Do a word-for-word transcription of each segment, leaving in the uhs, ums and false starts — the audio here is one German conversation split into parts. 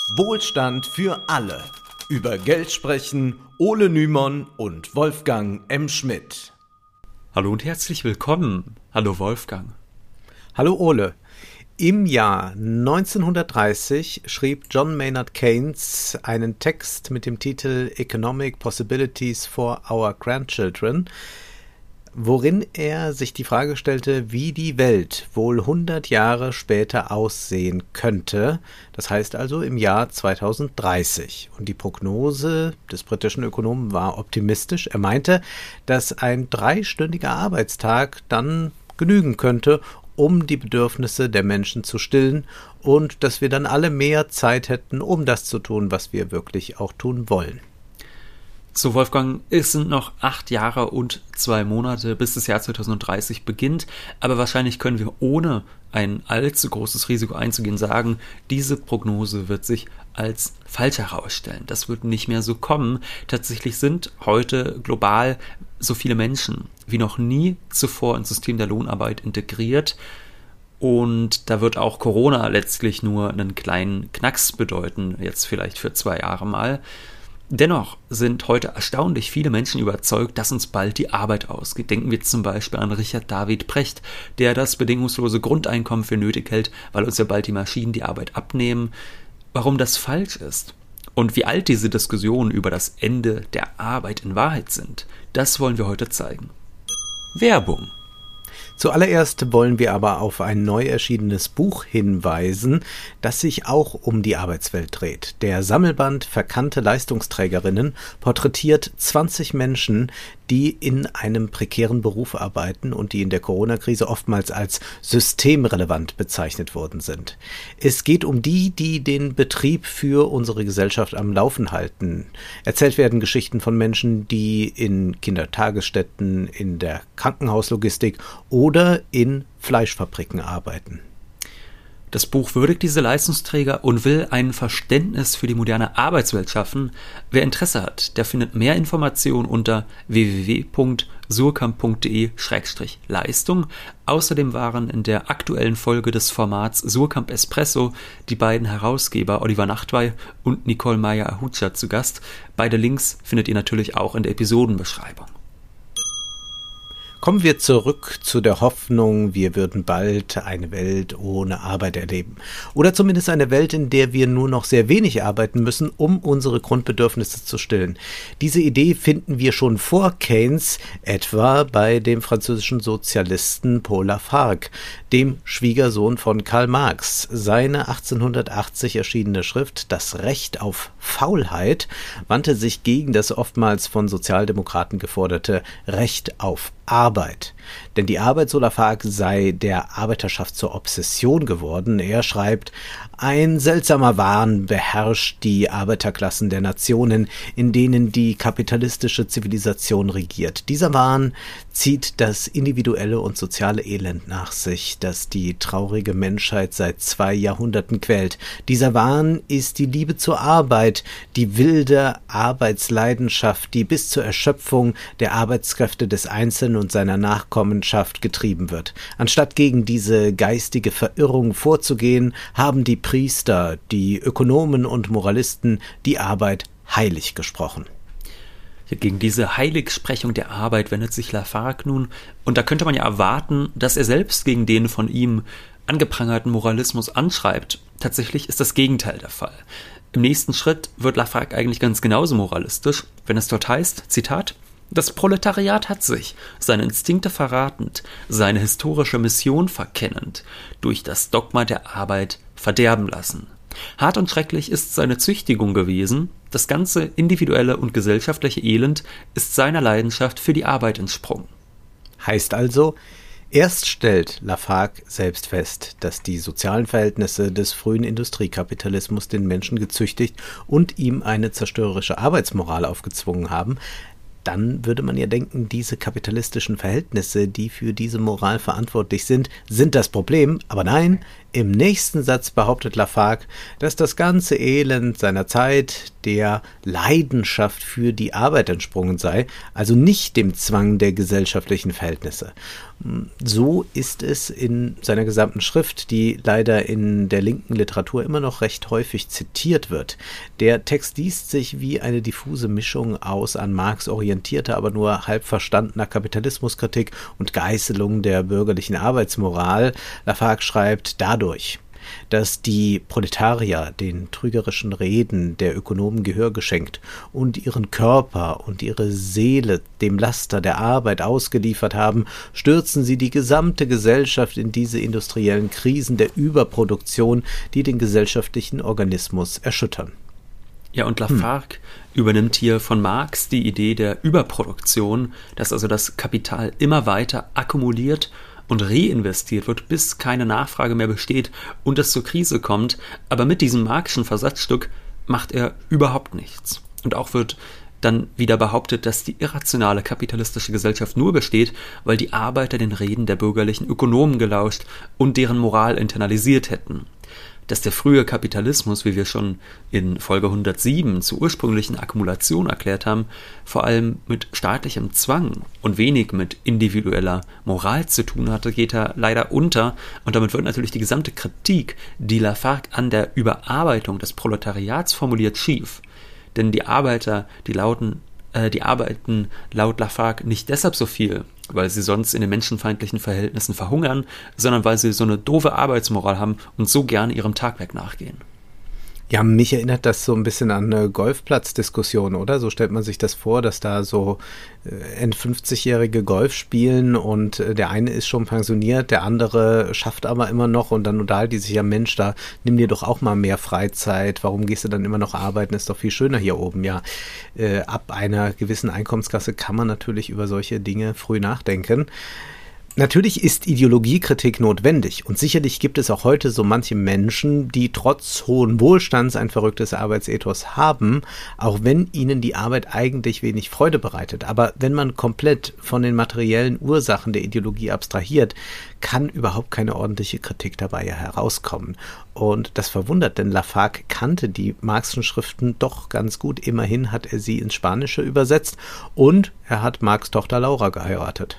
Wohlstand für alle. Über Geld sprechen Ole Nymon und Wolfgang M. Schmidt. Hallo und herzlich willkommen. Hallo Wolfgang. Hallo Ole. Im Jahr neunzehnhundertdreißig schrieb John Maynard Keynes einen Text mit dem Titel Economic Possibilities for Our Grandchildren, worin er sich die Frage stellte, wie die Welt wohl hundert Jahre später aussehen könnte, das heißt also im Jahr zweitausenddreißig. Und die Prognose des britischen Ökonomen war optimistisch. Er meinte, dass ein dreistündiger Arbeitstag dann genügen könnte, um die Bedürfnisse der Menschen zu stillen und dass wir dann alle mehr Zeit hätten, um das zu tun, was wir wirklich auch tun wollen. So, Wolfgang, es sind noch acht Jahre und zwei Monate, bis das Jahr zweitausenddreißig beginnt, aber wahrscheinlich können wir, ohne ein allzu großes Risiko einzugehen, sagen, diese Prognose wird sich als falsch herausstellen. Das wird nicht mehr so kommen. Tatsächlich sind heute global so viele Menschen wie noch nie zuvor ins System der Lohnarbeit integriert. Und da wird auch Corona letztlich nur einen kleinen Knacks bedeuten, jetzt vielleicht für zwei Jahre mal. Dennoch sind heute erstaunlich viele Menschen überzeugt, dass uns bald die Arbeit ausgeht. Denken wir zum Beispiel an Richard David Precht, der das bedingungslose Grundeinkommen für nötig hält, weil uns ja bald die Maschinen die Arbeit abnehmen. Warum das falsch ist und wie alt diese Diskussionen über das Ende der Arbeit in Wahrheit sind, das wollen wir heute zeigen. Werbung. Zuallererst wollen wir aber auf ein neu erschienenes Buch hinweisen, das sich auch um die Arbeitswelt dreht. Der Sammelband Verkannte Leistungsträgerinnen porträtiert zwanzig Menschen, die in einem prekären Beruf arbeiten und die in der Corona-Krise oftmals als systemrelevant bezeichnet worden sind. Es geht um die, die den Betrieb für unsere Gesellschaft am Laufen halten. Erzählt werden Geschichten von Menschen, die in Kindertagesstätten, in der Krankenhauslogistik oder in Fleischfabriken arbeiten. Das Buch würdigt diese Leistungsträger und will ein Verständnis für die moderne Arbeitswelt schaffen. Wer Interesse hat, der findet mehr Informationen unter w w w punkt surkamp punkt de Schrägstrich Leistung. Außerdem waren in der aktuellen Folge des Formats Surkamp Espresso die beiden Herausgeber Oliver Nachtwey und Nicole Meyer-Ahuja zu Gast. Beide Links findet ihr natürlich auch in der Episodenbeschreibung. Kommen wir zurück zu der Hoffnung, wir würden bald eine Welt ohne Arbeit erleben. Oder zumindest eine Welt, in der wir nur noch sehr wenig arbeiten müssen, um unsere Grundbedürfnisse zu stillen. Diese Idee finden wir schon vor Keynes, etwa bei dem französischen Sozialisten Paul Lafargue, dem Schwiegersohn von Karl Marx. Seine achtzehnhundertachtzig erschienene Schrift Das Recht auf Faulheit wandte sich gegen das oftmals von Sozialdemokraten geforderte Recht auf Arbeit. Denn die Arbeit, so Lafargue, sei der Arbeiterschaft zur Obsession geworden. Er schreibt, ein seltsamer Wahn beherrscht die Arbeiterklassen der Nationen, in denen die kapitalistische Zivilisation regiert. Dieser Wahn zieht das individuelle und soziale Elend nach sich, das die traurige Menschheit seit zwei Jahrhunderten quält. Dieser Wahn ist die Liebe zur Arbeit, die wilde Arbeitsleidenschaft, die bis zur Erschöpfung der Arbeitskräfte des Einzelnen und seiner Nachkommenschaft getrieben wird. Anstatt gegen diese geistige Verirrung vorzugehen, haben die Priester, die Ökonomen und Moralisten die Arbeit heilig gesprochen. Gegen diese Heiligsprechung der Arbeit wendet sich Lafargue nun, und da könnte man ja erwarten, dass er selbst gegen den von ihm angeprangerten Moralismus anschreibt. Tatsächlich ist das Gegenteil der Fall. Im nächsten Schritt wird Lafargue eigentlich ganz genauso moralistisch, wenn es dort heißt, Zitat, das Proletariat hat sich, seine Instinkte verratend, seine historische Mission verkennend, durch das Dogma der Arbeit verderben lassen. Hart und schrecklich ist seine Züchtigung gewesen, das ganze individuelle und gesellschaftliche Elend ist seiner Leidenschaft für die Arbeit entsprungen. Heißt also, erst stellt Lafargue selbst fest, dass die sozialen Verhältnisse des frühen Industriekapitalismus den Menschen gezüchtigt und ihm eine zerstörerische Arbeitsmoral aufgezwungen haben. Dann würde man ja denken, diese kapitalistischen Verhältnisse, die für diese Moral verantwortlich sind, sind das Problem. Aber nein, Im nächsten Satz behauptet Lafargue, dass das ganze Elend seiner Zeit der Leidenschaft für die Arbeit entsprungen sei, also nicht dem Zwang der gesellschaftlichen Verhältnisse. So ist es in seiner gesamten Schrift, die leider in der linken Literatur immer noch recht häufig zitiert wird. Der Text liest sich wie eine diffuse Mischung aus an Marx orientierter, aber nur halb verstandener Kapitalismuskritik und Geißelung der bürgerlichen Arbeitsmoral. Lafargue schreibt dadurch, dass die Proletarier den trügerischen Reden der Ökonomen Gehör geschenkt und ihren Körper und ihre Seele dem Laster der Arbeit ausgeliefert haben, stürzen sie die gesamte Gesellschaft in diese industriellen Krisen der Überproduktion, die den gesellschaftlichen Organismus erschüttern. Ja, und Lafargue hm. übernimmt hier von Marx die Idee der Überproduktion, dass also das Kapital immer weiter akkumuliert und reinvestiert wird, bis keine Nachfrage mehr besteht und es zur Krise kommt. Aber mit diesem Marxischen Versatzstück macht er überhaupt nichts. Und auch wird dann wieder behauptet, dass die irrationale kapitalistische Gesellschaft nur besteht, weil die Arbeiter den Reden der bürgerlichen Ökonomen gelauscht und deren Moral internalisiert hätten. Dass der frühe Kapitalismus, wie wir schon in Folge hundertsieben zur ursprünglichen Akkumulation erklärt haben, vor allem mit staatlichem Zwang und wenig mit individueller Moral zu tun hatte, geht da leider unter. Und damit wird natürlich die gesamte Kritik, die Lafargue an der Überarbeitung des Proletariats formuliert, schief. Denn die Arbeiter, die lauten, äh, die arbeiten laut Lafargue nicht deshalb so viel, weil sie sonst in den menschenfeindlichen Verhältnissen verhungern, sondern weil sie so eine doofe Arbeitsmoral haben und so gerne ihrem Tagwerk nachgehen. Ja, mich erinnert das so ein bisschen an eine Golfplatzdiskussion, oder? So stellt man sich das vor, dass da so äh, End-fünfzigjährige Golf spielen und äh, der eine ist schon pensioniert, der andere schafft aber immer noch und dann unterhalten die sich, ja Mensch, da nimm dir doch auch mal mehr Freizeit, warum gehst du dann immer noch arbeiten, ist doch viel schöner hier oben, ja. Äh, ab einer gewissen Einkommensklasse kann man natürlich über solche Dinge früh nachdenken. Natürlich ist Ideologiekritik notwendig und sicherlich gibt es auch heute so manche Menschen, die trotz hohen Wohlstands ein verrücktes Arbeitsethos haben, auch wenn ihnen die Arbeit eigentlich wenig Freude bereitet. Aber wenn man komplett von den materiellen Ursachen der Ideologie abstrahiert, kann überhaupt keine ordentliche Kritik dabei ja herauskommen. Und das verwundert, denn Lafargue kannte die Marxischen Schriften doch ganz gut. Immerhin hat er sie ins Spanische übersetzt und er hat Marx' Tochter Laura geheiratet.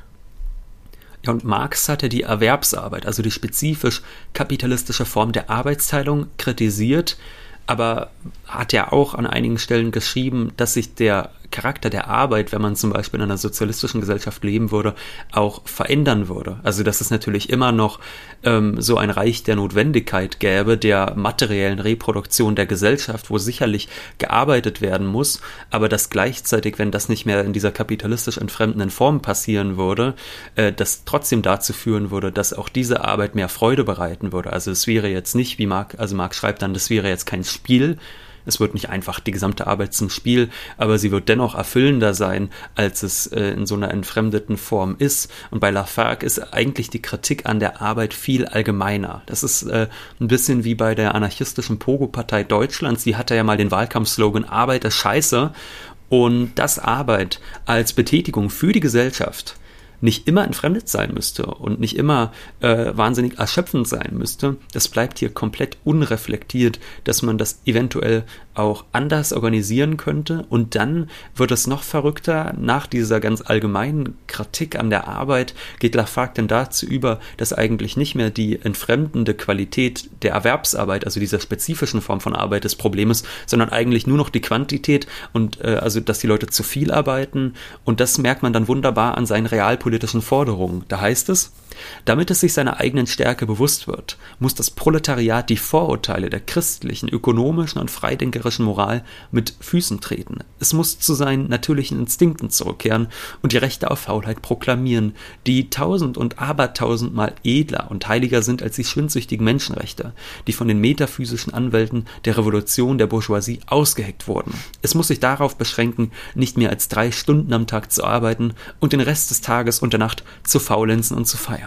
Ja, und Marx hatte die Erwerbsarbeit, also die spezifisch kapitalistische Form der Arbeitsteilung, kritisiert, aber hat ja auch an einigen Stellen geschrieben, dass sich der Charakter der Arbeit, wenn man zum Beispiel in einer sozialistischen Gesellschaft leben würde, auch verändern würde. Also dass es natürlich immer noch ähm, so ein Reich der Notwendigkeit gäbe, der materiellen Reproduktion der Gesellschaft, wo sicherlich gearbeitet werden muss, aber dass gleichzeitig, wenn das nicht mehr in dieser kapitalistisch entfremdenden Form passieren würde, äh, das trotzdem dazu führen würde, dass auch diese Arbeit mehr Freude bereiten würde. Also es wäre jetzt nicht, wie Marx, also Marx schreibt dann, das wäre jetzt kein Spiel. Es wird nicht einfach die gesamte Arbeit zum Spiel, aber sie wird dennoch erfüllender sein, als es äh, in so einer entfremdeten Form ist. Und bei Lafargue ist eigentlich die Kritik an der Arbeit viel allgemeiner. Das ist äh, ein bisschen wie bei der anarchistischen Pogo-Partei Deutschlands. Die hatte ja mal den Wahlkampfslogan Arbeit ist Scheiße. Und dass Arbeit als Betätigung für die Gesellschaft nicht immer entfremdet sein müsste und nicht immer äh, wahnsinnig erschöpfend sein müsste, das bleibt hier komplett unreflektiert, dass man das eventuell auch anders organisieren könnte. Und dann wird es noch verrückter. Nach dieser ganz allgemeinen Kritik an der Arbeit geht Lafargue dann dazu über, dass eigentlich nicht mehr die entfremdende Qualität der Erwerbsarbeit, also dieser spezifischen Form von Arbeit, das Problem ist, sondern eigentlich nur noch die Quantität und äh, also, dass die Leute zu viel arbeiten. Und das merkt man dann wunderbar an seinen realpolitischen Forderungen. Da heißt es, damit es sich seiner eigenen Stärke bewusst wird, muss das Proletariat die Vorurteile der christlichen, ökonomischen und freidenkerischen Moral mit Füßen treten. Es muss zu seinen natürlichen Instinkten zurückkehren und die Rechte auf Faulheit proklamieren, die tausend und abertausendmal edler und heiliger sind als die schwindsüchtigen Menschenrechte, die von den metaphysischen Anwälten der Revolution der Bourgeoisie ausgeheckt wurden. Es muss sich darauf beschränken, nicht mehr als drei Stunden am Tag zu arbeiten und den Rest des Tages und der Nacht zu faulenzen und zu feiern.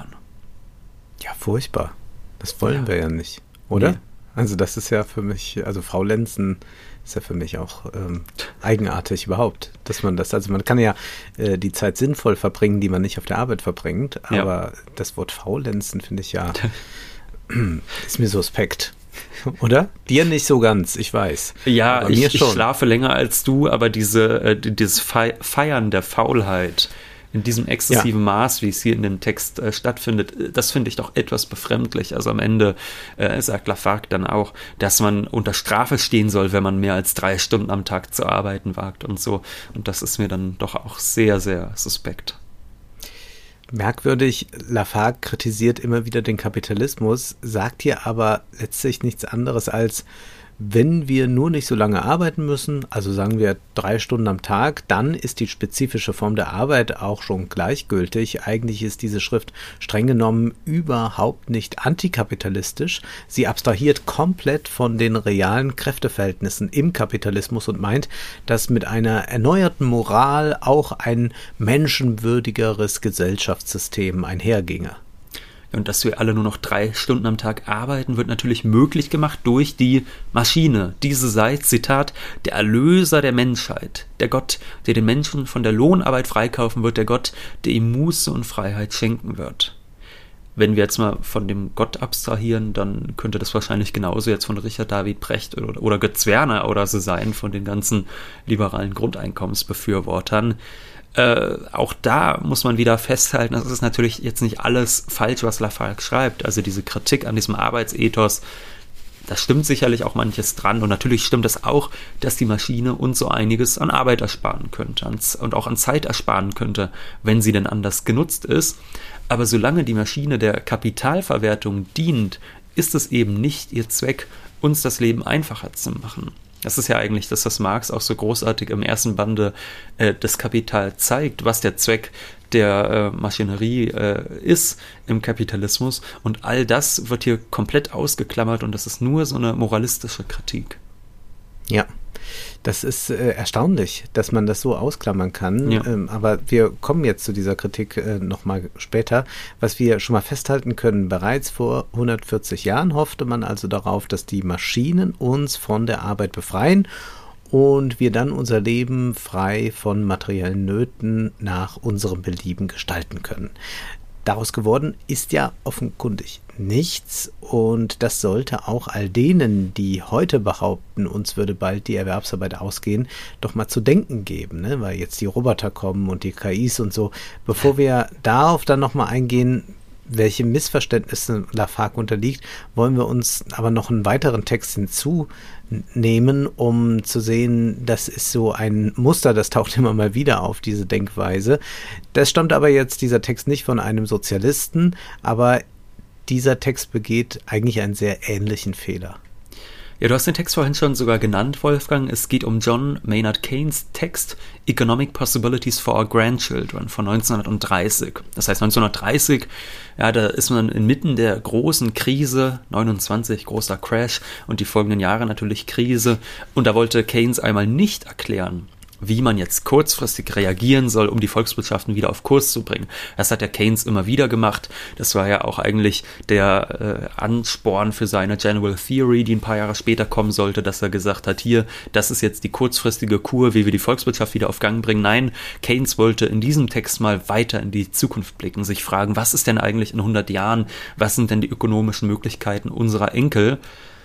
Ja, furchtbar. Das wollen ja. wir ja nicht, oder? Nee. Also das ist ja für mich, also Faulenzen ist ja für mich auch ähm, eigenartig überhaupt, dass man das, also man kann ja äh, die Zeit sinnvoll verbringen, die man nicht auf der Arbeit verbringt, aber ja. das Wort Faulenzen finde ich ja Ist mir suspekt. Oder? Dir nicht so ganz, ich weiß. Ja, ich, ich schlafe länger als du, aber diese, äh, dieses Feiern der Faulheit in diesem exzessiven ja. Maß, wie es hier in dem Text äh, stattfindet, das finde ich doch etwas befremdlich. Also am Ende äh, sagt Lafargue dann auch, dass man unter Strafe stehen soll, wenn man mehr als drei Stunden am Tag zu arbeiten wagt und so. Und das ist mir dann doch auch sehr, sehr suspekt. Merkwürdig, Lafargue kritisiert immer wieder den Kapitalismus, sagt hier aber letztlich nichts anderes als, wenn wir nur nicht so lange arbeiten müssen, also sagen wir drei Stunden am Tag, dann ist die spezifische Form der Arbeit auch schon gleichgültig. Eigentlich ist diese Schrift streng genommen überhaupt nicht antikapitalistisch. Sie abstrahiert komplett von den realen Kräfteverhältnissen im Kapitalismus und meint, dass mit einer erneuerten Moral auch ein menschenwürdigeres Gesellschaftssystem einherginge. Und dass wir alle nur noch drei Stunden am Tag arbeiten, wird natürlich möglich gemacht durch die Maschine. Diese sei, Zitat, der Erlöser der Menschheit, der Gott, der den Menschen von der Lohnarbeit freikaufen wird, der Gott, der ihm Muße und Freiheit schenken wird. Wenn wir jetzt mal von dem Gott abstrahieren, dann könnte das wahrscheinlich genauso jetzt von Richard David Brecht oder, oder Götz Werner oder so sein, von den ganzen liberalen Grundeinkommensbefürwortern. Äh, auch da muss man wieder festhalten, das ist natürlich jetzt nicht alles falsch, was Lafargue schreibt. Also diese Kritik an diesem Arbeitsethos, da stimmt sicherlich auch manches dran. Und natürlich stimmt es auch, dass die Maschine uns so einiges an Arbeit ersparen könnte und auch an Zeit ersparen könnte, wenn sie denn anders genutzt ist. Aber solange die Maschine der Kapitalverwertung dient, ist es eben nicht ihr Zweck, uns das Leben einfacher zu machen. Das ist ja eigentlich das, was Marx auch so großartig im ersten Bande äh, des Kapital zeigt, was der Zweck der äh, Maschinerie äh, ist im Kapitalismus. Und all das wird hier komplett ausgeklammert und das ist nur so eine moralistische Kritik. Ja, das ist äh, erstaunlich, dass man das so ausklammern kann. Ja. Ähm, aber wir kommen jetzt zu dieser Kritik äh, nochmal später. Was wir schon mal festhalten können, bereits vor hundertvierzig Jahren hoffte man also darauf, dass die Maschinen uns von der Arbeit befreien und wir dann unser Leben frei von materiellen Nöten nach unserem Belieben gestalten können. Daraus geworden ist ja offenkundig nichts und das sollte auch all denen, die heute behaupten, uns würde bald die Erwerbsarbeit ausgehen, doch mal zu denken geben, ne? Weil jetzt die Roboter kommen und die K Is und so. Bevor wir darauf dann nochmal eingehen, welche Missverständnisse Lafargue unterliegt, wollen wir uns aber noch einen weiteren Text hinzunehmen, um zu sehen, das ist so ein Muster, das taucht immer mal wieder auf, diese Denkweise. Das stammt aber jetzt, dieser Text, nicht von einem Sozialisten, aber dieser Text begeht eigentlich einen sehr ähnlichen Fehler. Ja, du hast den Text vorhin schon sogar genannt, Wolfgang. Es geht um John Maynard Keynes Text Economic Possibilities for Our Grandchildren von neunzehnhundertdreißig. Das heißt neunzehnhundertdreißig, ja, da ist man inmitten der großen Krise, neunundzwanzig, großer Crash und die folgenden Jahre natürlich Krise. Und da wollte Keynes einmal nicht erklären, wie man jetzt kurzfristig reagieren soll, um die Volkswirtschaften wieder auf Kurs zu bringen. Das hat der Keynes immer wieder gemacht. Das war ja auch eigentlich der äh, Ansporn für seine General Theory, die ein paar Jahre später kommen sollte, dass er gesagt hat, hier, das ist jetzt die kurzfristige Kur, wie wir die Volkswirtschaft wieder auf Gang bringen. Nein, Keynes wollte in diesem Text mal weiter in die Zukunft blicken, sich fragen, was ist denn eigentlich in hundert Jahren, was sind denn die ökonomischen Möglichkeiten unserer Enkel?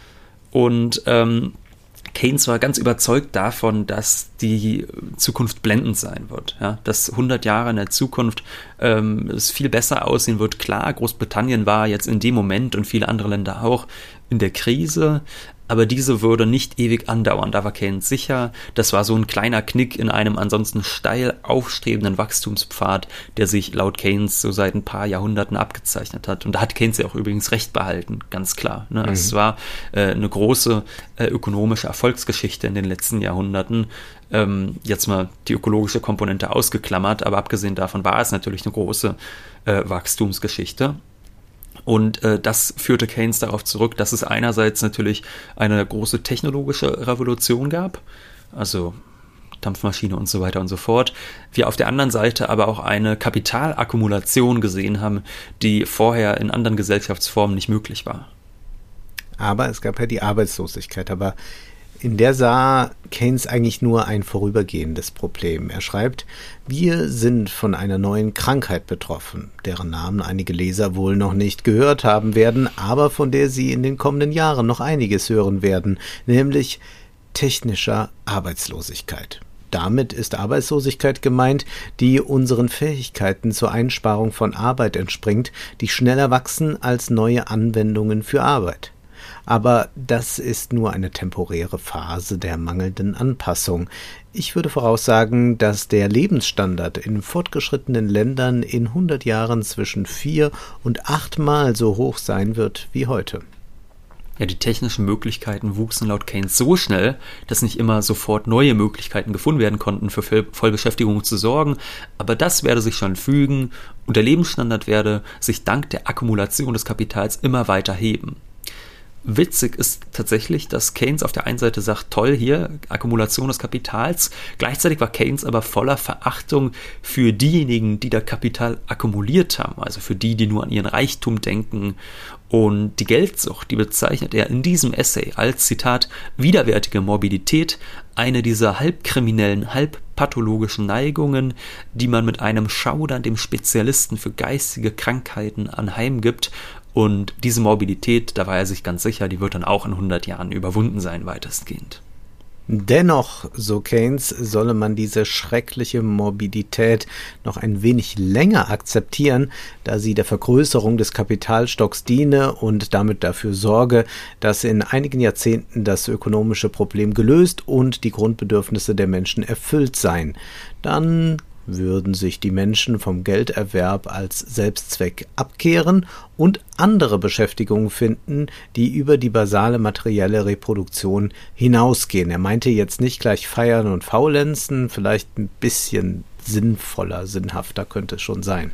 Und ähm, Keynes war ganz überzeugt davon, dass die Zukunft blendend sein wird. Ja, dass hundert Jahre in der Zukunft ähm, es viel besser aussehen wird. Klar, Großbritannien war jetzt in dem Moment und viele andere Länder auch in der Krise, aber diese würde nicht ewig andauern. Da war Keynes sicher. Das war so ein kleiner Knick in einem ansonsten steil aufstrebenden Wachstumspfad, der sich laut Keynes so seit ein paar Jahrhunderten abgezeichnet hat. Und da hat Keynes ja auch übrigens recht behalten, ganz klar. Ne? Mhm. Es war äh, eine große äh, ökonomische Erfolgsgeschichte in den letzten Jahrhunderten. Ähm, jetzt mal die ökologische Komponente ausgeklammert, aber abgesehen davon war es natürlich eine große äh, Wachstumsgeschichte. Und äh, das führte Keynes darauf zurück, dass es einerseits natürlich eine große technologische Revolution gab, also Dampfmaschine und so weiter und so fort. Wir auf der anderen Seite aber auch eine Kapitalakkumulation gesehen haben, die vorher in anderen Gesellschaftsformen nicht möglich war. Aber es gab ja die Arbeitslosigkeit, aber In der sah Keynes eigentlich nur ein vorübergehendes Problem. Er schreibt, wir sind von einer neuen Krankheit betroffen, deren Namen einige Leser wohl noch nicht gehört haben werden, aber von der sie in den kommenden Jahren noch einiges hören werden, nämlich technischer Arbeitslosigkeit. Damit ist Arbeitslosigkeit gemeint, die unseren Fähigkeiten zur Einsparung von Arbeit entspringt, die schneller wachsen als neue Anwendungen für Arbeit. Aber das ist nur eine temporäre Phase der mangelnden Anpassung. Ich würde voraussagen, dass der Lebensstandard in fortgeschrittenen Ländern in hundert Jahren zwischen vier und achtmal so hoch sein wird wie heute. Ja, die technischen Möglichkeiten wuchsen laut Keynes so schnell, dass nicht immer sofort neue Möglichkeiten gefunden werden konnten, für Vollbeschäftigung zu sorgen, aber das werde sich schon fügen und der Lebensstandard werde sich dank der Akkumulation des Kapitals immer weiter heben. Witzig ist tatsächlich, dass Keynes auf der einen Seite sagt, toll, hier, Akkumulation des Kapitals. Gleichzeitig war Keynes aber voller Verachtung für diejenigen, die da Kapital akkumuliert haben, also für die, die nur an ihren Reichtum denken. Und die Geldsucht, die bezeichnet er in diesem Essay als, Zitat, widerwärtige Morbidität, eine dieser halbkriminellen, halbpathologischen Neigungen, die man mit einem Schaudern dem Spezialisten für geistige Krankheiten anheimgibt. Und diese Morbidität, da war er sich ganz sicher, die wird dann auch in hundert Jahren überwunden sein, weitestgehend. Dennoch, so Keynes, solle man diese schreckliche Morbidität noch ein wenig länger akzeptieren, da sie der Vergrößerung des Kapitalstocks diene und damit dafür sorge, dass in einigen Jahrzehnten das ökonomische Problem gelöst und die Grundbedürfnisse der Menschen erfüllt seien. Dann würden sich die Menschen vom Gelderwerb als Selbstzweck abkehren und andere Beschäftigungen finden, die über die basale materielle Reproduktion hinausgehen. Er meinte jetzt nicht gleich feiern und faulenzen, vielleicht ein bisschen sinnvoller, sinnhafter könnte es schon sein.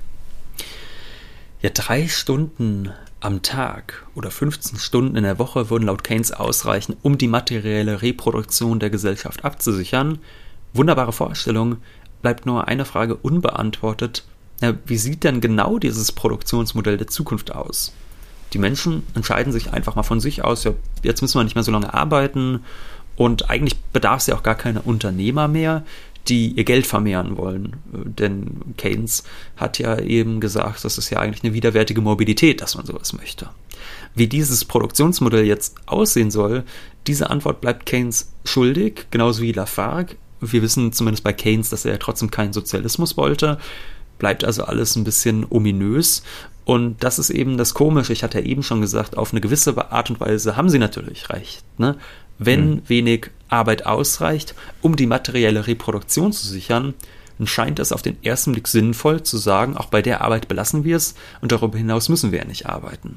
Ja, drei Stunden am Tag oder fünfzehn Stunden in der Woche würden laut Keynes ausreichen, um die materielle Reproduktion der Gesellschaft abzusichern. Wunderbare Vorstellung. Bleibt nur eine Frage unbeantwortet. Ja, wie sieht denn genau dieses Produktionsmodell der Zukunft aus? Die Menschen entscheiden sich einfach mal von sich aus, ja, jetzt müssen wir nicht mehr so lange arbeiten und eigentlich bedarf es ja auch gar keiner Unternehmer mehr, die ihr Geld vermehren wollen. Denn Keynes hat ja eben gesagt, das ist ja eigentlich eine widerwärtige Morbidität, dass man sowas möchte. Wie dieses Produktionsmodell jetzt aussehen soll, diese Antwort bleibt Keynes schuldig, genauso wie Lafargue. Wir wissen zumindest bei Keynes, dass er trotzdem keinen Sozialismus wollte. Bleibt also alles ein bisschen ominös. Und das ist eben das Komische. Ich hatte ja eben schon gesagt, auf eine gewisse Art und Weise haben sie natürlich recht. Ne? Wenn mhm. wenig Arbeit ausreicht, um die materielle Reproduktion zu sichern, dann scheint es auf den ersten Blick sinnvoll zu sagen, auch bei der Arbeit belassen wir es und darüber hinaus müssen wir ja nicht arbeiten.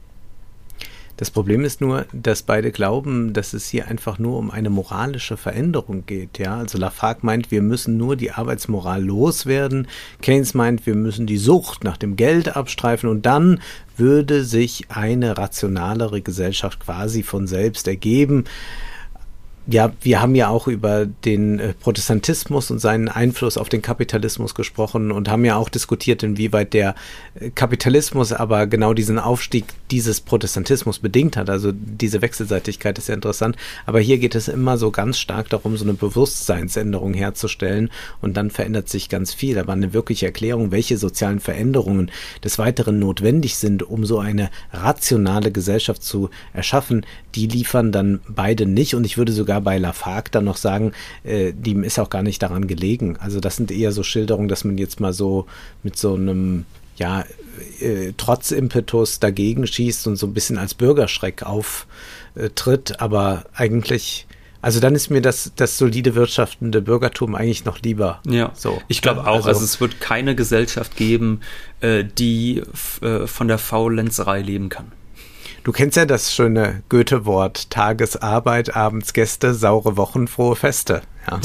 Das Problem ist nur, dass beide glauben, dass es hier einfach nur um eine moralische Veränderung geht. Ja, also Lafargue meint, wir müssen nur die Arbeitsmoral loswerden. Keynes meint, wir müssen die Sucht nach dem Geld abstreifen und dann würde sich eine rationalere Gesellschaft quasi von selbst ergeben. Ja, wir haben ja auch über den Protestantismus und seinen Einfluss auf den Kapitalismus gesprochen und haben ja auch diskutiert, inwieweit der Kapitalismus aber genau diesen Aufstieg dieses Protestantismus bedingt hat. Also diese Wechselseitigkeit ist ja interessant. Aber hier geht es immer so ganz stark darum, so eine Bewusstseinsänderung herzustellen und dann verändert sich ganz viel. Aber eine wirkliche Erklärung, welche sozialen Veränderungen des Weiteren notwendig sind, um so eine rationale Gesellschaft zu erschaffen, die liefern dann beide nicht. Und ich würde sogar bei Lafargue dann noch sagen, äh, dem ist auch gar nicht daran gelegen. Also das sind eher so Schilderungen, dass man jetzt mal so mit so einem ja, äh, Trotzimpetus dagegen schießt und so ein bisschen als Bürgerschreck auftritt, aber eigentlich, also dann ist mir das, das solide wirtschaftende Bürgertum eigentlich noch lieber. Ja, so. Ich glaube auch, also, also es wird keine Gesellschaft geben, äh, die f- äh, von der Faulenzerei leben kann. Du kennst ja das schöne Goethe-Wort, Tagesarbeit, abends Gäste, saure Wochen, frohe Feste. Ja.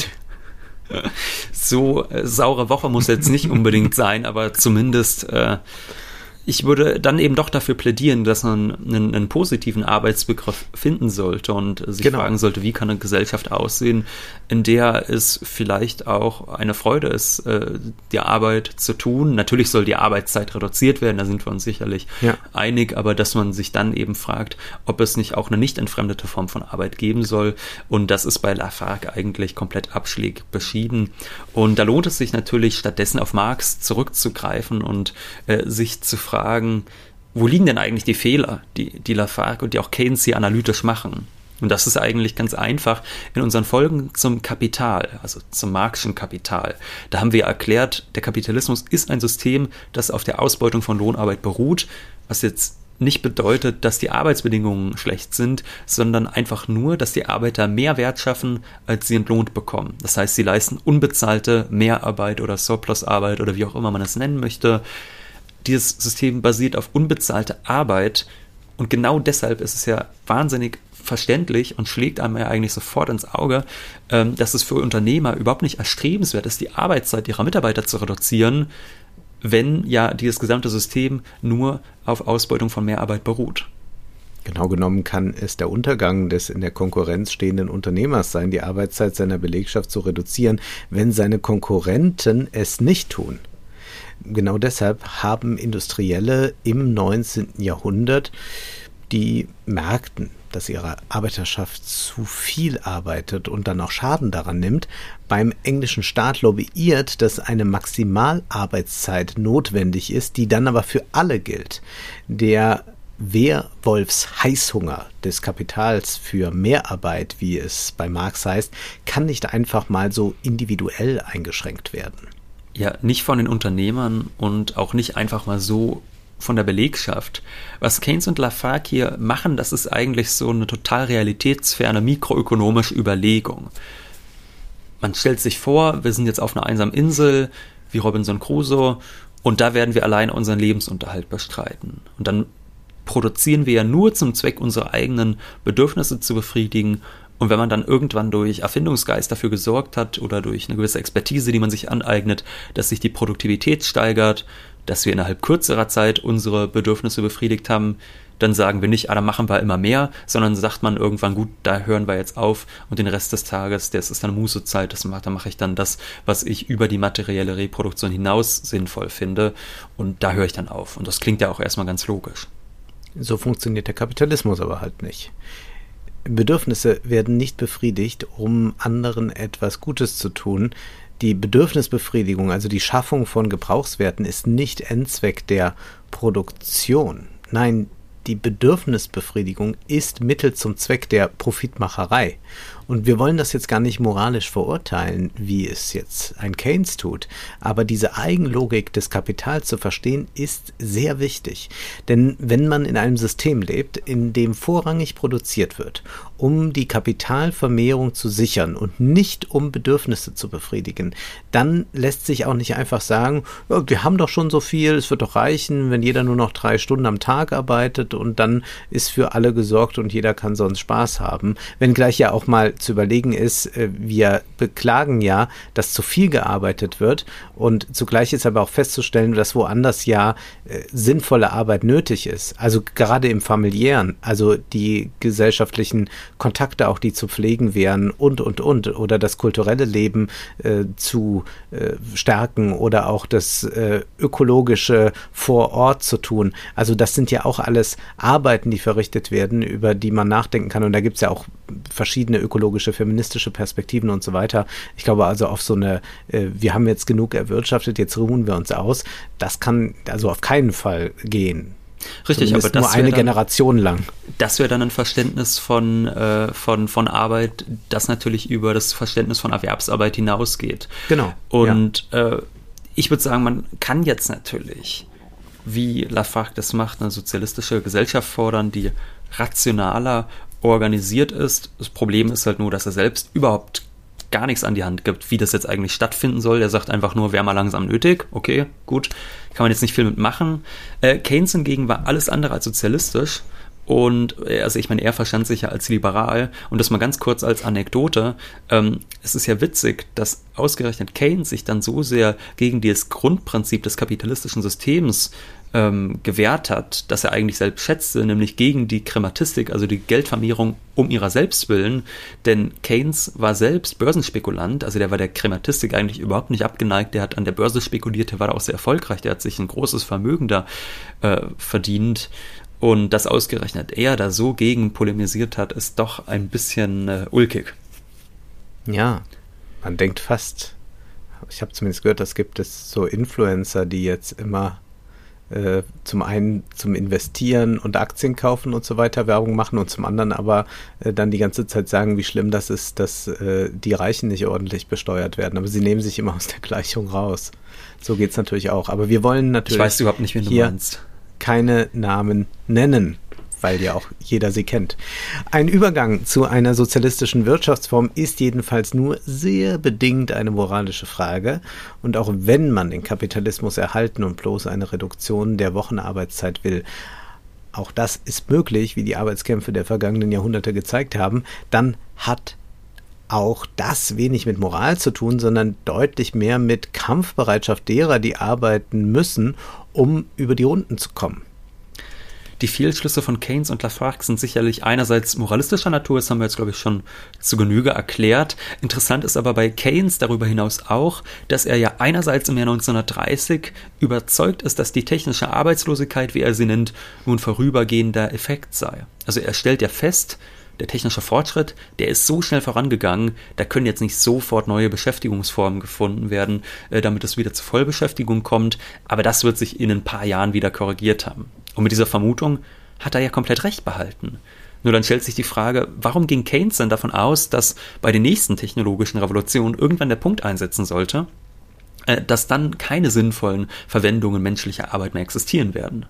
So äh, saure Woche muss jetzt nicht unbedingt sein, aber zumindest äh, ich würde dann eben doch dafür plädieren, dass man einen, einen positiven Arbeitsbegriff finden sollte und sich genau. fragen sollte, wie kann eine Gesellschaft aussehen, in der es vielleicht auch eine Freude ist, die Arbeit zu tun. Natürlich soll die Arbeitszeit reduziert werden, da sind wir uns sicherlich ja. einig, aber dass man sich dann eben fragt, ob es nicht auch eine nicht entfremdete Form von Arbeit geben soll, und das ist bei Lafargue eigentlich komplett abschlägig beschieden. Und da lohnt es sich natürlich, stattdessen auf Marx zurückzugreifen und äh, sich zu fragen, wo liegen denn eigentlich die Fehler, die, die Lafargue und die auch Keynes hier analytisch machen? Und das ist eigentlich ganz einfach in unseren Folgen zum Kapital, also zum Marxischen Kapital. Da haben wir erklärt, der Kapitalismus ist ein System, das auf der Ausbeutung von Lohnarbeit beruht, was jetzt nicht bedeutet, dass die Arbeitsbedingungen schlecht sind, sondern einfach nur, dass die Arbeiter mehr Wert schaffen, als sie entlohnt bekommen. Das heißt, sie leisten unbezahlte Mehrarbeit oder Surplusarbeit oder wie auch immer man es nennen möchte. Dieses System basiert auf unbezahlte Arbeit, und genau deshalb ist es ja wahnsinnig verständlich und schlägt einem ja eigentlich sofort ins Auge, dass es für Unternehmer überhaupt nicht erstrebenswert ist, die Arbeitszeit ihrer Mitarbeiter zu reduzieren, wenn ja dieses gesamte System nur auf Ausbeutung von Mehrarbeit beruht. Genau genommen kann es der Untergang des in der Konkurrenz stehenden Unternehmers sein, die Arbeitszeit seiner Belegschaft zu reduzieren, wenn seine Konkurrenten es nicht tun. Genau deshalb haben Industrielle im neunzehnten Jahrhundert, die merkten, dass ihre Arbeiterschaft zu viel arbeitet und dann auch Schaden daran nimmt, beim englischen Staat lobbyiert, dass eine Maximalarbeitszeit notwendig ist, die dann aber für alle gilt. Der Werwolfsheißhunger des Kapitals für Mehrarbeit, wie es bei Marx heißt, kann nicht einfach mal so individuell eingeschränkt werden. Ja, nicht von den Unternehmern und auch nicht einfach mal so von der Belegschaft. Was Keynes und Lafargue hier machen, das ist eigentlich so eine total realitätsferne mikroökonomische Überlegung. Man stellt sich vor, wir sind jetzt auf einer einsamen Insel, wie Robinson Crusoe, und da werden wir allein unseren Lebensunterhalt bestreiten. Und dann produzieren wir ja nur zum Zweck, unsere eigenen Bedürfnisse zu befriedigen. Und wenn man dann irgendwann durch Erfindungsgeist dafür gesorgt hat oder durch eine gewisse Expertise, die man sich aneignet, dass sich die Produktivität steigert, dass wir innerhalb kürzerer Zeit unsere Bedürfnisse befriedigt haben, dann sagen wir nicht, ah, da machen wir immer mehr, sondern sagt man irgendwann, gut, da hören wir jetzt auf und den Rest des Tages, das ist dann Mußezeit, das macht, da mache ich dann das, was ich über die materielle Reproduktion hinaus sinnvoll finde, und da höre ich dann auf. Und das klingt ja auch erstmal ganz logisch. So funktioniert der Kapitalismus aber halt nicht. Bedürfnisse werden nicht befriedigt, um anderen etwas Gutes zu tun. Die Bedürfnisbefriedigung, also die Schaffung von Gebrauchswerten, ist nicht Endzweck der Produktion. Nein, die Bedürfnisbefriedigung ist Mittel zum Zweck der Profitmacherei. Und wir wollen das jetzt gar nicht moralisch verurteilen, wie es jetzt ein Keynes tut. Aber diese Eigenlogik des Kapitals zu verstehen, ist sehr wichtig. Denn wenn man in einem System lebt, in dem vorrangig produziert wird, um die Kapitalvermehrung zu sichern und nicht um Bedürfnisse zu befriedigen, dann lässt sich auch nicht einfach sagen, ja, wir haben doch schon so viel, es wird doch reichen, wenn jeder nur noch drei Stunden am Tag arbeitet, und dann ist für alle gesorgt und jeder kann sonst Spaß haben. Wenngleich ja auch mal zu überlegen ist, wir beklagen ja, dass zu viel gearbeitet wird, und zugleich ist aber auch festzustellen, dass woanders ja äh, sinnvolle Arbeit nötig ist. Also gerade im Familiären, also die gesellschaftlichen Kontakte auch, die zu pflegen wären und, und, und, oder das kulturelle Leben äh, zu äh, stärken oder auch das äh, ökologische vor Ort zu tun. Also das sind ja auch alles Arbeiten, die verrichtet werden, über die man nachdenken kann, und da gibt es ja auch verschiedene ökologische, feministische Perspektiven und so weiter. Ich glaube also auf so eine, äh, wir haben jetzt genug erwirtschaftet, jetzt ruhen wir uns aus, das kann also auf keinen Fall gehen. Richtig, Zumindest aber das nur eine dann, Generation lang. Das wäre dann ein Verständnis von, äh, von, von Arbeit, das natürlich über das Verständnis von Erwerbsarbeit hinausgeht. Genau. Und ja. äh, ich würde sagen, man kann jetzt natürlich, wie Lafargue das macht, eine sozialistische Gesellschaft fordern, die rationaler organisiert ist. Das Problem ist halt nur, dass er selbst überhaupt gar nichts an die Hand gibt, wie das jetzt eigentlich stattfinden soll. Er sagt einfach nur, wäre mal langsam nötig. Okay, gut, kann man jetzt nicht viel mitmachen. Äh, Keynes hingegen war alles andere als sozialistisch. Und also ich meine, er verstand sich ja als liberal. Und das mal ganz kurz als Anekdote. Ähm, es ist ja witzig, dass ausgerechnet Keynes sich dann so sehr gegen das Grundprinzip des kapitalistischen Systems ähm, gewehrt hat, das er eigentlich selbst schätzte, nämlich gegen die Krematistik, also die Geldvermehrung um ihrer selbst willen. Denn Keynes war selbst Börsenspekulant, also der war der Krematistik eigentlich überhaupt nicht abgeneigt, der hat an der Börse spekuliert, der war da auch sehr erfolgreich, der hat sich ein großes Vermögen da äh, verdient. Und dass ausgerechnet er da so gegen polemisiert hat, ist doch ein bisschen äh, ulkig. Ja, man denkt fast, ich habe zumindest gehört, es gibt es so Influencer, die jetzt immer äh, zum einen zum Investieren und Aktien kaufen und so weiter Werbung machen und zum anderen aber äh, dann die ganze Zeit sagen, wie schlimm das ist, dass äh, die Reichen nicht ordentlich besteuert werden. Aber sie nehmen sich immer aus der Gleichung raus. So geht's natürlich auch. Aber wir wollen natürlich ich weiß überhaupt nicht, wen du meinst. Keine Namen nennen, weil ja auch jeder sie kennt. Ein Übergang zu einer sozialistischen Wirtschaftsform ist jedenfalls nur sehr bedingt eine moralische Frage. Und auch wenn man den Kapitalismus erhalten und bloß eine Reduktion der Wochenarbeitszeit will, auch das ist möglich, wie die Arbeitskämpfe der vergangenen Jahrhunderte gezeigt haben, dann hat auch das wenig mit Moral zu tun, sondern deutlich mehr mit Kampfbereitschaft derer, die arbeiten müssen, um über die Runden zu kommen. Die Fehlschlüsse von Keynes und Lafargue sind sicherlich einerseits moralistischer Natur, das haben wir jetzt, glaube ich, schon zu Genüge erklärt. Interessant ist aber bei Keynes darüber hinaus auch, dass er ja einerseits im Jahr neunzehnhundertdreißig überzeugt ist, dass die technische Arbeitslosigkeit, wie er sie nennt, nun vorübergehender Effekt sei. Also er stellt ja fest, der technische Fortschritt, der ist so schnell vorangegangen, da können jetzt nicht sofort neue Beschäftigungsformen gefunden werden, äh, damit es wieder zur Vollbeschäftigung kommt, aber das wird sich in ein paar Jahren wieder korrigiert haben. Und mit dieser Vermutung hat er ja komplett recht behalten. Nur dann stellt sich die Frage, warum ging Keynes denn davon aus, dass bei den nächsten technologischen Revolutionen irgendwann der Punkt einsetzen sollte, äh, dass dann keine sinnvollen Verwendungen menschlicher Arbeit mehr existieren werden?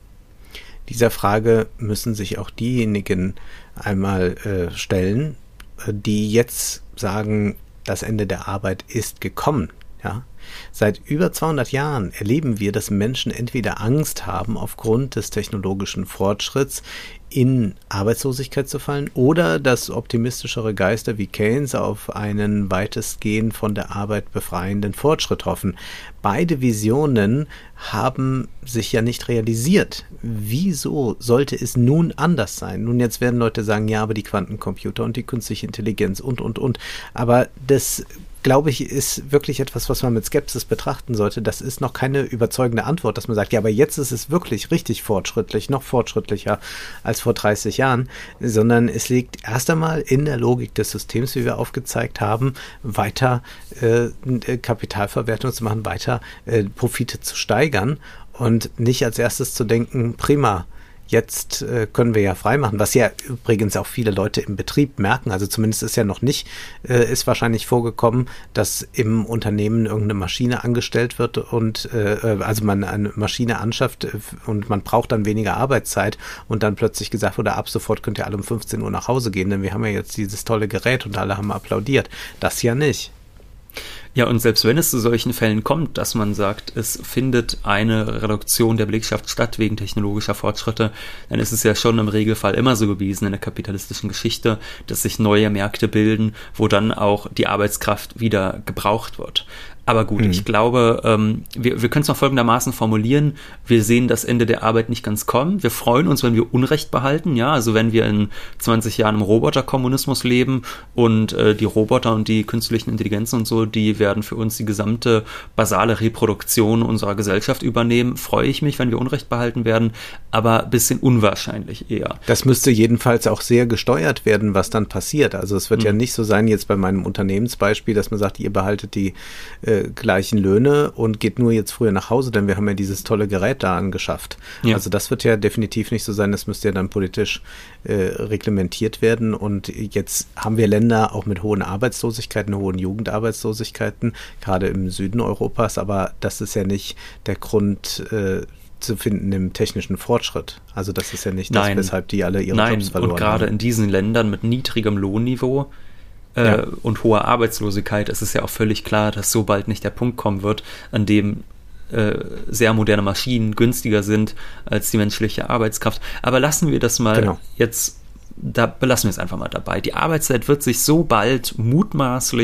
Dieser Frage müssen sich auch diejenigen einmal äh, stellen, die jetzt sagen, das Ende der Arbeit ist gekommen. Ja? Seit über zweihundert Jahren erleben wir, dass Menschen entweder Angst haben, aufgrund des technologischen Fortschritts in Arbeitslosigkeit zu fallen, oder dass optimistischere Geister wie Keynes auf einen weitestgehend von der Arbeit befreienden Fortschritt hoffen. Beide Visionen haben sich ja nicht realisiert. Wieso sollte es nun anders sein? Nun, jetzt werden Leute sagen, ja, aber die Quantencomputer und die künstliche Intelligenz und, und, und. Aber das, glaube ich, ist wirklich etwas, was man mit Skepsis betrachten sollte. Das ist noch keine überzeugende Antwort, dass man sagt, ja, aber jetzt ist es wirklich richtig fortschrittlich, noch fortschrittlicher als vor dreißig Jahren, sondern es liegt erst einmal in der Logik des Systems, wie wir aufgezeigt haben, weiter äh, Kapitalverwertung zu machen, weiter äh, Profite zu steigern und nicht als erstes zu denken, prima, jetzt äh, können wir ja freimachen, was ja übrigens auch viele Leute im Betrieb merken. Also zumindest ist ja noch nicht, äh, ist wahrscheinlich vorgekommen, dass im Unternehmen irgendeine Maschine angestellt wird und äh, also man eine Maschine anschafft und man braucht dann weniger Arbeitszeit und dann plötzlich gesagt wurde, ab sofort könnt ihr alle um fünfzehn Uhr nach Hause gehen, denn wir haben ja jetzt dieses tolle Gerät und alle haben applaudiert. Das ja nicht. Ja, und selbst wenn es zu solchen Fällen kommt, dass man sagt, es findet eine Reduktion der Belegschaft statt wegen technologischer Fortschritte, dann ist es ja schon im Regelfall immer so gewesen in der kapitalistischen Geschichte, dass sich neue Märkte bilden, wo dann auch die Arbeitskraft wieder gebraucht wird. Aber gut, mhm. ich glaube, ähm, wir, wir können es noch folgendermaßen formulieren. Wir sehen das Ende der Arbeit nicht ganz kommen. Wir freuen uns, wenn wir Unrecht behalten. Ja, also wenn wir in zwanzig Jahren im Roboterkommunismus leben und äh, die Roboter und die künstlichen Intelligenzen und so, die werden für uns die gesamte basale Reproduktion unserer Gesellschaft übernehmen. Freue ich mich, wenn wir Unrecht behalten werden, aber ein bisschen unwahrscheinlich eher. Das müsste jedenfalls auch sehr gesteuert werden, was dann passiert. Also es wird mhm. ja nicht so sein, jetzt bei meinem Unternehmensbeispiel, dass man sagt, ihr behaltet die äh, gleichen Löhne und geht nur jetzt früher nach Hause, denn wir haben ja dieses tolle Gerät da angeschafft. Ja. Also das wird ja definitiv nicht so sein, das müsste ja dann politisch äh, reglementiert werden und jetzt haben wir Länder auch mit hohen Arbeitslosigkeiten, hohen Jugendarbeitslosigkeiten, gerade im Süden Europas, aber das ist ja nicht der Grund äh, zu finden im technischen Fortschritt. Also das ist ja nicht das, Nein. weshalb die alle ihre Nein. Jobs verloren haben. Und gerade in diesen Ländern mit niedrigem Lohnniveau Ja. Äh, und hoher Arbeitslosigkeit ist es ja auch völlig klar, dass so bald nicht der Punkt kommen wird, an dem äh, sehr moderne Maschinen günstiger sind als die menschliche Arbeitskraft. Aber lassen wir das mal genau. jetzt, da belassen wir es einfach mal dabei. Die Arbeitszeit wird sich so bald mutmaßlich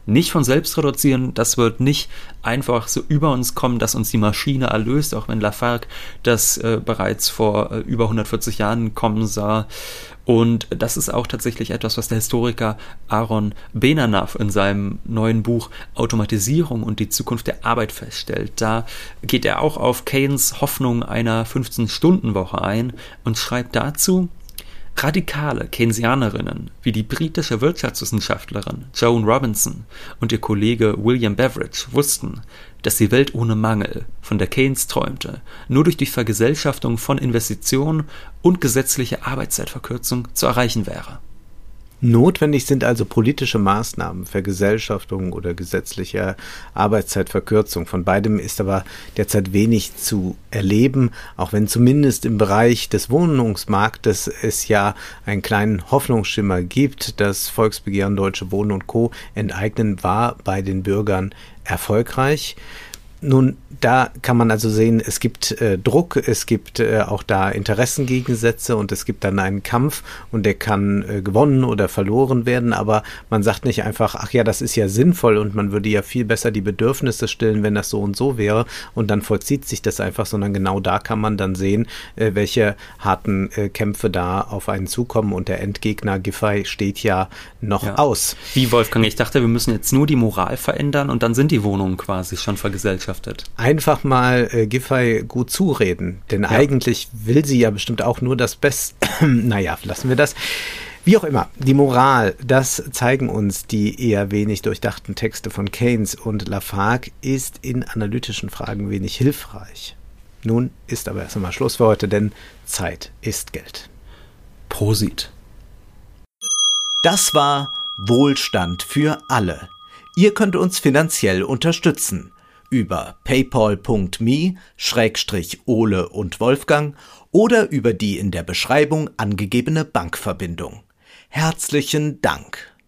nicht von selbst reduzieren, das wird nicht einfach so über uns kommen, dass uns die Maschine erlöst, auch wenn Lafargue das äh, bereits vor äh, über hundertvierzig Jahren kommen sah. Und das ist auch tatsächlich etwas, was der Historiker Aaron Benanav in seinem neuen Buch Automatisierung und die Zukunft der Arbeit feststellt. Da geht er auch auf Keynes Hoffnung einer fünfzehn-Stunden-Woche ein und schreibt dazu: Radikale Keynesianerinnen wie die britische Wirtschaftswissenschaftlerin Joan Robinson und ihr Kollege William Beveridge wussten, dass die Welt ohne Mangel, von der Keynes träumte, nur durch die Vergesellschaftung von Investitionen und gesetzliche Arbeitszeitverkürzung zu erreichen wäre. Notwendig sind also politische Maßnahmen, Vergesellschaftung oder gesetzliche Arbeitszeitverkürzung. Von beidem ist aber derzeit wenig zu erleben, auch wenn zumindest im Bereich des Wohnungsmarktes es ja einen kleinen Hoffnungsschimmer gibt. Das Volksbegehren Deutsche Wohnen und Co. enteignen war bei den Bürgern erfolgreich. Nun, da kann man also sehen, es gibt äh, Druck, es gibt äh, auch da Interessengegensätze und es gibt dann einen Kampf und der kann äh, gewonnen oder verloren werden, aber man sagt nicht einfach, ach ja, das ist ja sinnvoll und man würde ja viel besser die Bedürfnisse stillen, wenn das so und so wäre und dann vollzieht sich das einfach, sondern genau da kann man dann sehen, äh, welche harten äh, Kämpfe da auf einen zukommen und der Endgegner Giffey steht ja noch ja. aus. Wie, Wolfgang, ich dachte, wir müssen jetzt nur die Moral verändern und dann sind die Wohnungen quasi schon vergesellschaftet. Einfach mal äh, Giffey gut zureden, denn ja. eigentlich will sie ja bestimmt auch nur das Beste. Naja, lassen wir das. Wie auch immer, die Moral, das zeigen uns die eher wenig durchdachten Texte von Keynes und Lafargue, ist in analytischen Fragen wenig hilfreich. Nun ist aber erst einmal Schluss für heute, denn Zeit ist Geld. Prosit. Das war Wohlstand für alle. Ihr könnt uns finanziell unterstützen. Über paypal punkt me Schrägstrich Ole und Wolfgang oder über die in der Beschreibung angegebene Bankverbindung. Herzlichen Dank!